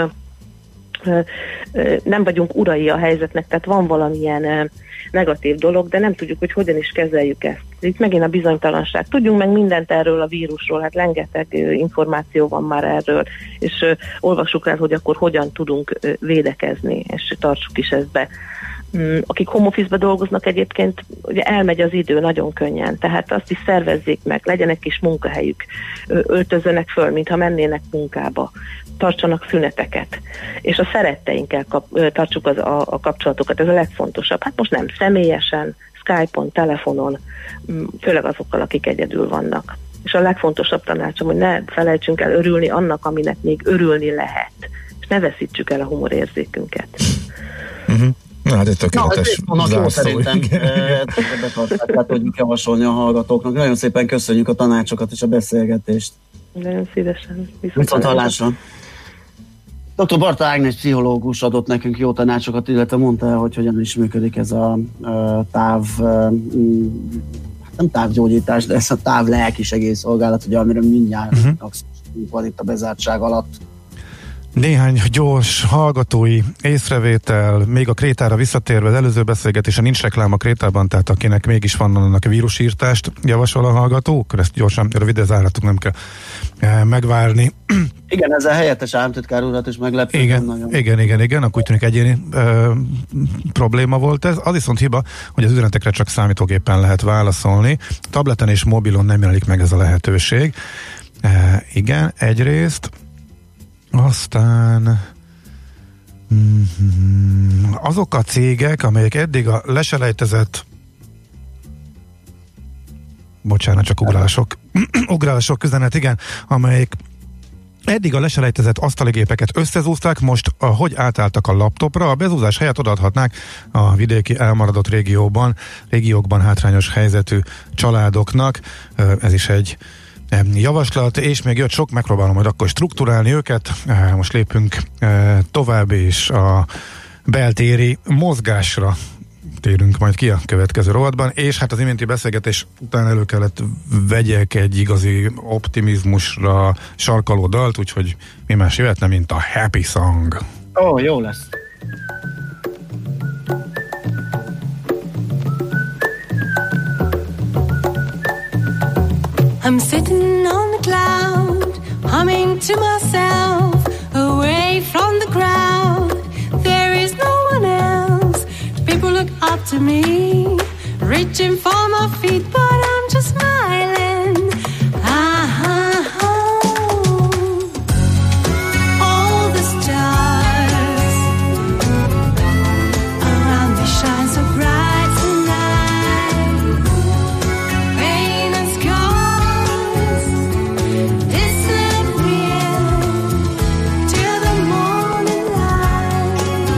nem vagyunk urai a helyzetnek, tehát van valamilyen negatív dolog, de nem tudjuk, hogy hogyan is kezeljük ezt. Itt megint a bizonytalanság. Tudjunk meg mindent erről a vírusról, hát rengeteg információ van már erről, és olvassuk el, hogy akkor hogyan tudunk védekezni, és tartsuk is ezt be. Akik home office-be dolgoznak egyébként, ugye elmegy az idő nagyon könnyen, tehát azt is szervezzék meg, legyen egy kis munkahelyük, öltözzenek föl, mintha mennének munkába, tartsanak szüneteket, és a szeretteinkkel kap, tartsuk az, a, a kapcsolatokat, ez a legfontosabb. Hát most nem személyesen, Skype-on, telefonon, főleg azokkal, akik egyedül vannak. És a legfontosabb tanácsom, hogy ne felejtsünk el örülni annak, aminek még örülni lehet, és ne veszítsük el a humorérzékünket. Uh-huh. Na, hát egy tökéletes Na, ez jó szerintem betartják, tudjuk javasolni a hallgatóknak. Nagyon szépen köszönjük a tanácsokat és a beszélgetést. Nagyon szívesen. Viszont hallásra. doktor Barta Ágnes pszichológus adott nekünk jó tanácsokat, illetve mondta el, hogy hogyan is működik ez a uh, táv, uh, nem távgyógyítás, de ez a táv lelki segélyszolgálat, ugye, amire mindjárt uh-huh. van itt a bezártság alatt. Néhány gyors hallgatói észrevétel, még a Krétára visszatérve, az előző beszélgetésen nincs reklám a Krétában, tehát akinek mégis van annak vírusírtást javasol a hallgatók, ezt gyorsan, röviden zárhatunk, nem kell e, megvárni. Igen, ezzel helyettes államtitkár urat is meglepő. Igen, nagyon. igen, igen, igen, akkor úgy tűnik egyéni e, probléma volt ez. Az viszont hiba, hogy az üzenetekre csak számítógépen lehet válaszolni. Tableten és mobilon nem jelenik meg ez a lehetőség. E, igen, egyrészt aztán azok a cégek, amelyek eddig a leselejtezett bocsánat, csak ugrálások ugrálások üzenet, igen, amelyek eddig a leselejtezett asztaligépeket összezúzták, most ahogy átálltak a laptopra, a bezúzás helyett odaadhatnák a vidéki elmaradott régióban, régiókban hátrányos helyzetű családoknak. Ez is egy javaslat, és még jött sok, megpróbálom majd akkor strukturálni őket. Most lépünk tovább, és a beltéri mozgásra térünk majd ki a következő rovatban, és hát az iménti beszélgetés után elő kellett vegyek egy igazi optimizmusra sarkaló dalt, úgyhogy mi más jöhetne, mint a Happy Song. Ó, oh, jó lesz. I'm sitting on the cloud, humming to myself, away from the crowd. There is no one else. People look up to me, reaching for my feet, but I'm just smiling. Ah, ah, ah. All the stars around me shine so bright tonight. Rain and scars, disappear till the morning light.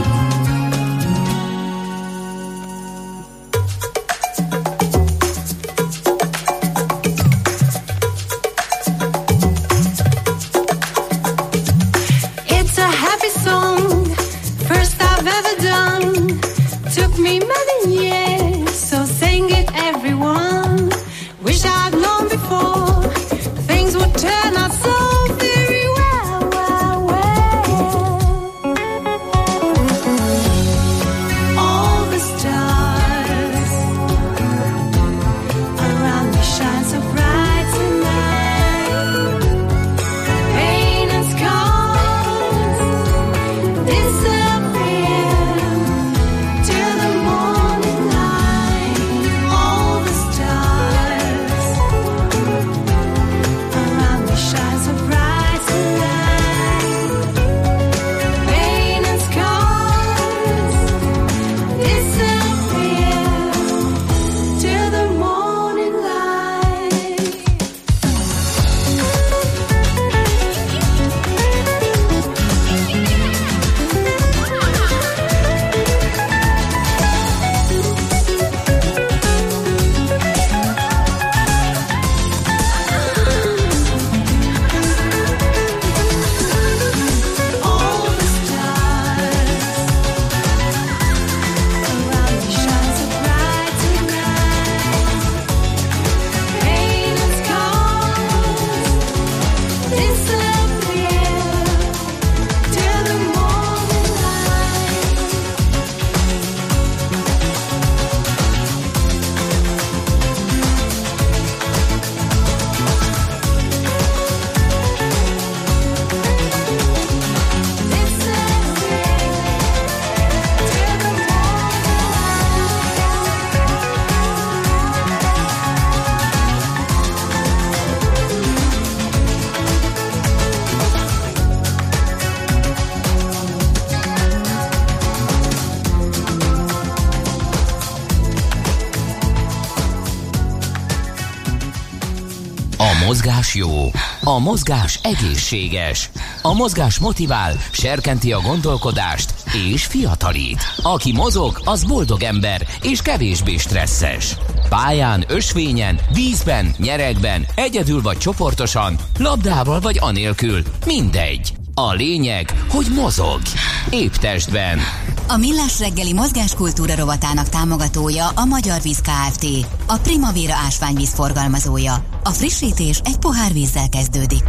A mozgás jó, a mozgás egészséges, a mozgás motivál, serkenti a gondolkodást és fiatalít. Aki mozog, az boldog ember és kevésbé stresszes. Pályán, ösvényen, vízben, nyeregben, egyedül vagy csoportosan, labdával vagy anélkül, mindegy. A lényeg, hogy mozog. Épp testben. A Millás reggeli mozgáskultúra rovatának támogatója a Magyar Víz Kft. A Primavera ásványvíz forgalmazója. A frissítés egy pohár vízzel kezdődik.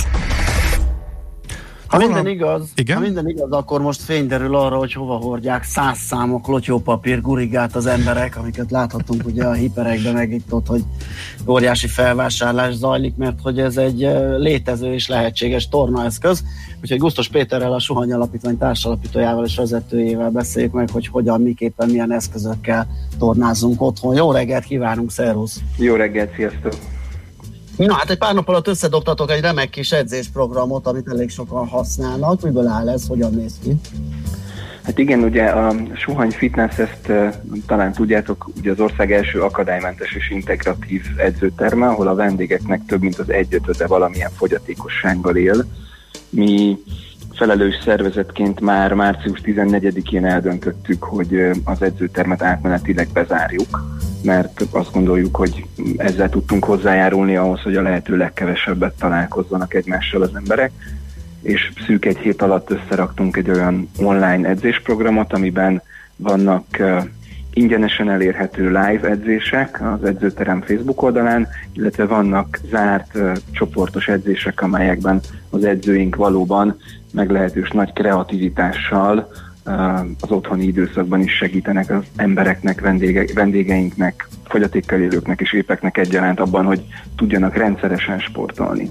Ha minden igaz, Igen? ha minden igaz, akkor most fény derül arra, hogy hova hordják száz számok lotyópapír gurigát az emberek, amiket láthatunk ugye a hiperekben, meg itt ott, hogy óriási felvásárlás zajlik, mert hogy ez egy létező és lehetséges tornaeszköz. Úgyhogy Gusztos Péterrel, a Suhany Alapítvány társalapítójával és vezetőjével beszéljük meg, hogy hogyan, miképpen, milyen eszközökkel tornázunk otthon. Jó reggelt kívánunk, szervusz! Jó reggelt, sziasztok! Na hát egy pár nap alatt összedobtatok egy remek kis edzésprogramot, amit elég sokan használnak. Miből áll ez? Hogyan néz ki? Hát igen, ugye a Suhany Fitness, ezt uh, talán tudjátok, ugye az ország első akadálymentes és integratív edzőterme, ahol a vendégeknek több mint az egyötöde valamilyen fogyatékossággal él. Mi felelős szervezetként már március tizennegyedikén eldöntöttük, hogy az edzőtermet átmenetileg bezárjuk, mert azt gondoljuk, hogy ezzel tudtunk hozzájárulni ahhoz, hogy a lehető legkevesebbet találkozzanak egymással az emberek, és szűk egy hét alatt összeraktunk egy olyan online edzésprogramot, amiben vannak uh, ingyenesen elérhető live edzések az edzőterem Facebook oldalán, illetve vannak zárt uh, csoportos edzések, amelyekben az edzőink valóban meglehetős nagy kreativitással uh, az otthoni időszakban is segítenek az embereknek, vendége, vendégeinknek, fogyatékkal élőknek és épeknek egyaránt abban, hogy tudjanak rendszeresen sportolni.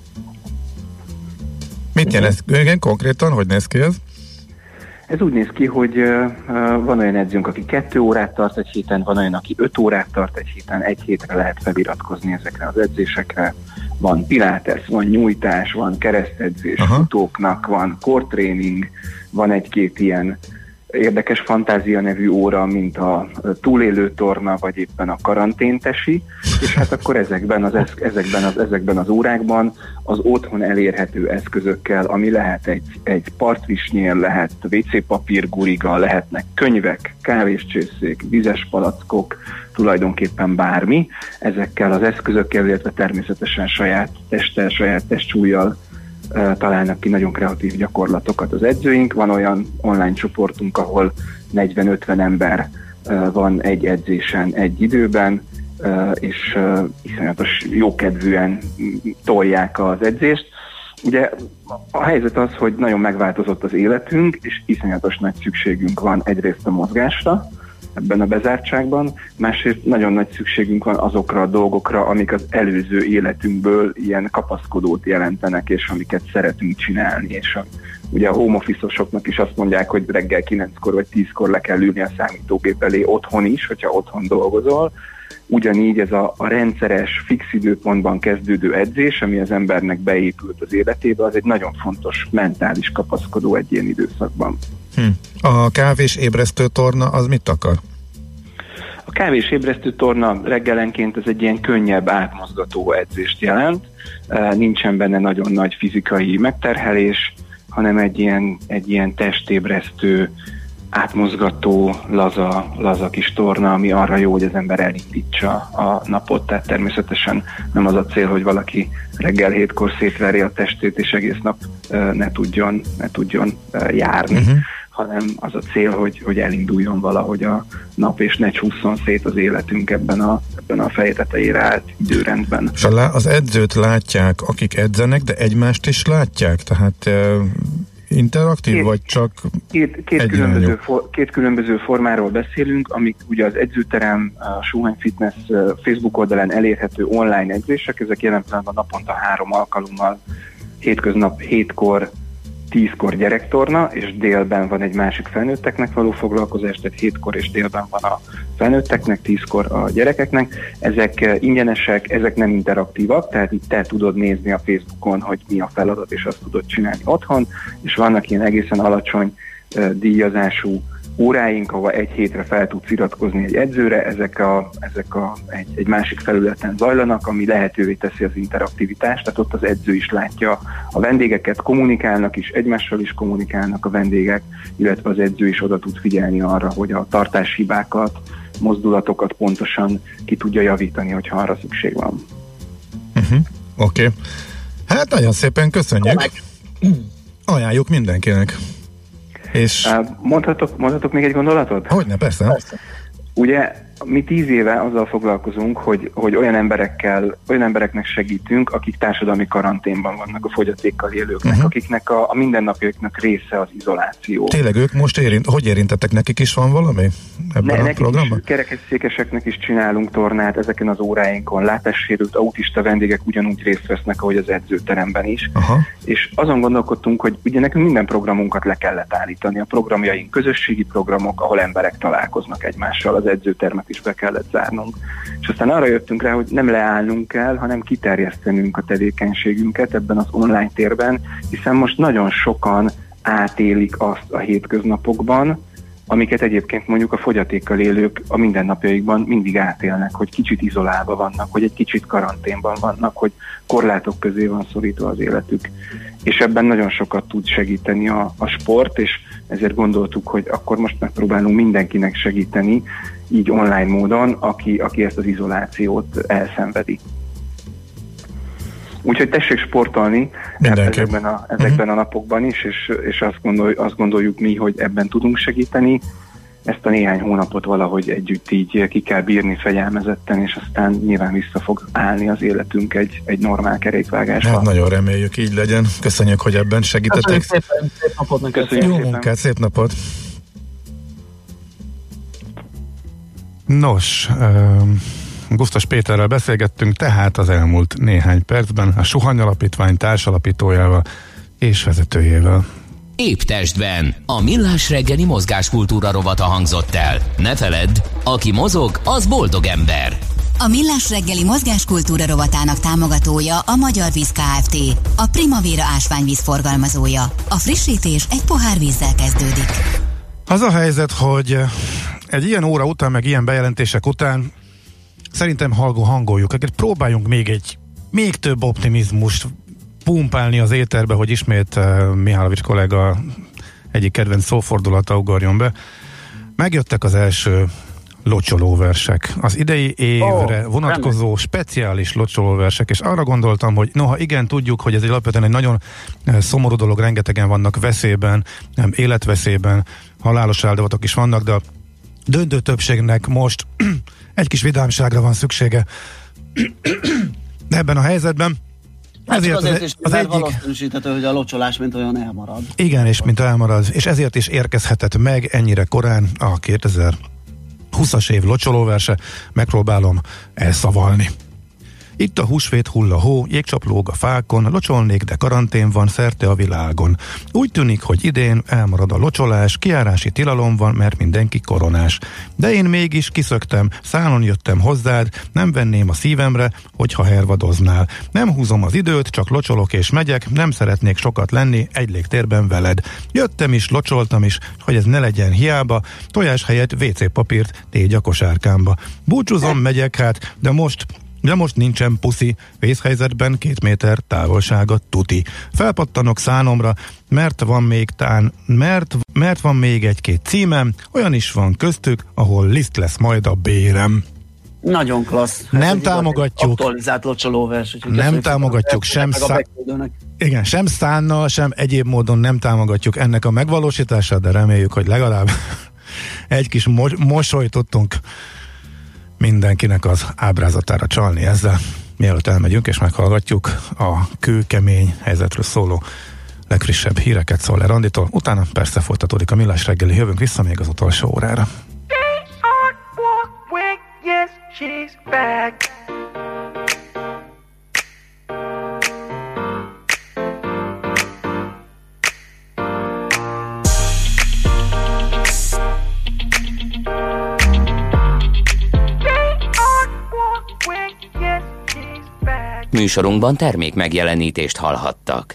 Mit jelent igen, konkrétan? Hogy néz ki ez? Ez úgy néz ki, hogy uh, van olyan edzőnk, aki kettő órát tart egy héten, van olyan, aki öt órát tart egy héten, egy hétre lehet feliratkozni ezekre az edzésekre. Van pilates, van nyújtás, van keresztedzés, Aha. futóknak van core training, van egy-két ilyen érdekes fantázia nevű óra, mint a túlélő torna, vagy éppen a karanténtesi, és hát akkor ezekben az, esz- ezekben az, ezekben az órákban az otthon elérhető eszközökkel, ami lehet egy, egy partvisnyél, lehet vé cé papír guriga, lehetnek könyvek, kávéscsészék, vizes palackok, tulajdonképpen bármi, ezekkel az eszközökkel, illetve természetesen saját testtel, saját testsúllyal találnak ki nagyon kreatív gyakorlatokat az edzőink. Van olyan online csoportunk, ahol negyven-ötven ember van egy edzésen egy időben, és iszonyatos jókedvűen tolják az edzést. Ugye a helyzet az, hogy nagyon megváltozott az életünk, és iszonyatos nagy szükségünk van egyrészt a mozgásra, ebben a bezártságban, másrészt nagyon nagy szükségünk van azokra a dolgokra, amik az előző életünkből ilyen kapaszkodót jelentenek, és amiket szeretünk csinálni, és a, ugye a home office-osoknak is azt mondják, hogy reggel kilenckor vagy tízkor le kell ülni a számítógép elé otthon is, hogyha otthon dolgozol. Ugyanígy ez a, a rendszeres, fix időpontban kezdődő edzés, ami az embernek beépült az életébe, az egy nagyon fontos mentális kapaszkodó egy ilyen időszakban. Hm. A kávés ébresztő torna az mit akar? A kávés ébresztő torna reggelenként ez egy ilyen könnyebb, átmozgató edzést jelent. Nincsen benne nagyon nagy fizikai megterhelés, hanem egy ilyen, egy ilyen testébresztő, átmozgató, laza, laza kis torna, ami arra jó, hogy az ember elindítsa a napot, tehát természetesen nem az a cél, hogy valaki reggel hétkor szétverje a testét, és egész nap uh, ne tudjon, ne tudjon uh, járni, uh-huh. hanem az a cél, hogy, hogy elinduljon valahogy a nap, és ne csúszson szét az életünk ebben a, ebben a feje tetejére állt időrendben. És az edzőt látják, akik edzenek, de egymást is látják? Tehát uh, interaktív, két, vagy csak két, két, különböző for, két különböző formáról beszélünk, amik ugye az edzőterem, a Suhany Fitness Facebook oldalán elérhető online edzések, ezek jelen pillanatban naponta három alkalommal, hétköznap hétkor, tízkor gyerektorna, és délben van egy másik felnőtteknek való foglalkozás, tehát hétkor és délben van a felnőtteknek, tízkor a gyerekeknek. Ezek ingyenesek, ezek nem interaktívak, tehát itt te tudod nézni a Facebookon, hogy mi a feladat, és azt tudod csinálni otthon, és vannak ilyen egészen alacsony uh, díjazású óráink, ahol egy hétre fel tudsz iratkozni egy edzőre, ezek, a, ezek a, egy, egy másik felületen zajlanak, ami lehetővé teszi az interaktivitást, tehát ott az edző is látja a vendégeket, kommunikálnak is, egymással is kommunikálnak a vendégek, illetve az edző is oda tud figyelni arra, hogy a tartáshibákat, mozdulatokat pontosan ki tudja javítani, hogyha arra szükség van. Uh-huh. Oké. Okay. Hát nagyon szépen köszönjük. Ajánljuk mindenkinek. És... Mondhatok, mondhatok még egy gondolatot? Hogyne, persze. persze. Ugye mi tíz éve azzal foglalkozunk, hogy, hogy olyan emberekkel, olyan embereknek segítünk, akik társadalmi karanténban vannak, a fogyatékkal élőknek, uh-huh. akiknek a, a mindennapjaiknak része az izoláció. Tényleg ők most érint, hogy érintettek, nekik is van valami ebben ne, a programban? Kerekesszékeseknek is csinálunk tornát ezeken az óráinkon, látássérült, autista vendégek ugyanúgy részt vesznek, ahogy az edzőteremben is. Aha. És azon gondolkodtunk, hogy ugye nekünk minden programunkat le kellett állítani. A programjaink közösségi programok, ahol emberek találkoznak egymással, az edzőtermet is be kellett zárnunk. És aztán arra jöttünk rá, hogy nem leállnunk kell, hanem kiterjesztenünk a tevékenységünket ebben az online térben, hiszen most nagyon sokan átélik azt a hétköznapokban, amiket egyébként mondjuk a fogyatékkal élők a mindennapjaikban mindig átélnek, hogy kicsit izolálva vannak, hogy egy kicsit karanténban vannak, hogy korlátok közé van szorítva az életük. És ebben nagyon sokat tud segíteni a, a sport, és ezért gondoltuk, hogy akkor most megpróbálunk mindenkinek segíteni, így online módon, aki, aki ezt az izolációt elszenvedi. Úgyhogy tessék sportolni ezekben a, ezekben uh-huh. a napokban is, és, és azt, gondol, azt gondoljuk mi, hogy ebben tudunk segíteni. Ezt a néhány hónapot valahogy együtt így ki kell bírni fegyelmezetten, és aztán nyilván vissza fog állni az életünk egy, egy normál kerékvágásban. Hát nagyon reméljük, így legyen. Köszönjük, hogy ebben segítettek. Szépen, szép napot neked. Jó munkát, szép napot. Nos, um... Gusztus Péterrel beszélgettünk tehát az elmúlt néhány percben a Suhany Alapítvány társalapítójával és vezetőjével. Épp testben a Millás reggeli mozgáskultúra rovata hangzott el. Ne feledd, aki mozog, az boldog ember. A Millás reggeli mozgáskultúra rovatának támogatója a Magyar Víz Kft. A Primavera ásványvíz forgalmazója. A frissítés egy pohár vízzel kezdődik. Az a helyzet, hogy egy ilyen óra után, meg ilyen bejelentések után szerintem hangoljuk, próbáljunk még egy, még több optimizmust pumpálni az éterbe, hogy ismét uh, Mihálovics kollega egyik kedvenc szófordulata ugorjon be. Megjöttek az első locsolóversek. Az idei évre oh, vonatkozó nem. speciális locsolóversek, és arra gondoltam, hogy noha igen, tudjuk, hogy ez egy alapvetően egy nagyon szomorú dolog, rengetegen vannak veszélyben, nem életveszélyben, halálos áldozatok is vannak, de a döntő többségnek most egy kis vidámságra van szüksége. De ebben a helyzetben hát ezért azért az, is, az egyik valószínűsíthető, hogy a locsolás mint olyan elmarad. Igen, és mint elmarad, és ezért is érkezhetett meg ennyire korán a kétezer-húszas év locsolóverse. Megpróbálom elszavalni. Itt a húsvét hull a hó, jégcsap lóg a fákon, locsolnék, de karantén van szerte a világon. Úgy tűnik, hogy idén elmarad a locsolás, kijárási tilalom van, mert mindenki koronás. De én mégis kiszöktem, szálon jöttem hozzád, nem venném a szívemre, hogyha hervadoznál. Nem húzom az időt, csak locsolok és megyek, nem szeretnék sokat lenni egy légtérben veled. Jöttem is, locsoltam is, hogy ez ne legyen hiába, tojás helyett vé cé papírt tégy a kosárkámba. Búcsúzom, megyek hát, de most... De most nincsen puszi, vészhelyzetben két méter távolsága tuti. Felpattanok szánomra, mert van még tán, mert, mert van még egy-két címem, olyan is van köztük, ahol liszt lesz majd a bérem. Nagyon klassz. Nem támogatjuk. Aktualizált locsolóvers. Nem támogatjuk sem szá... Igen, sem szánnal, sem egyéb módon nem támogatjuk ennek a megvalósítását, de reméljük, hogy legalább egy kis mo- mosolyt tudtunk mindenkinek az ábrázatára csalni ezzel. Mielőtt elmegyünk és meghallgatjuk a kőkemény helyzetről szóló legfrissebb híreket Szoller Anditól, utána persze folytatódik a Millás reggeli, jövünk vissza még az utolsó órára. Műsorunkban termék megjelenítést hallhattak.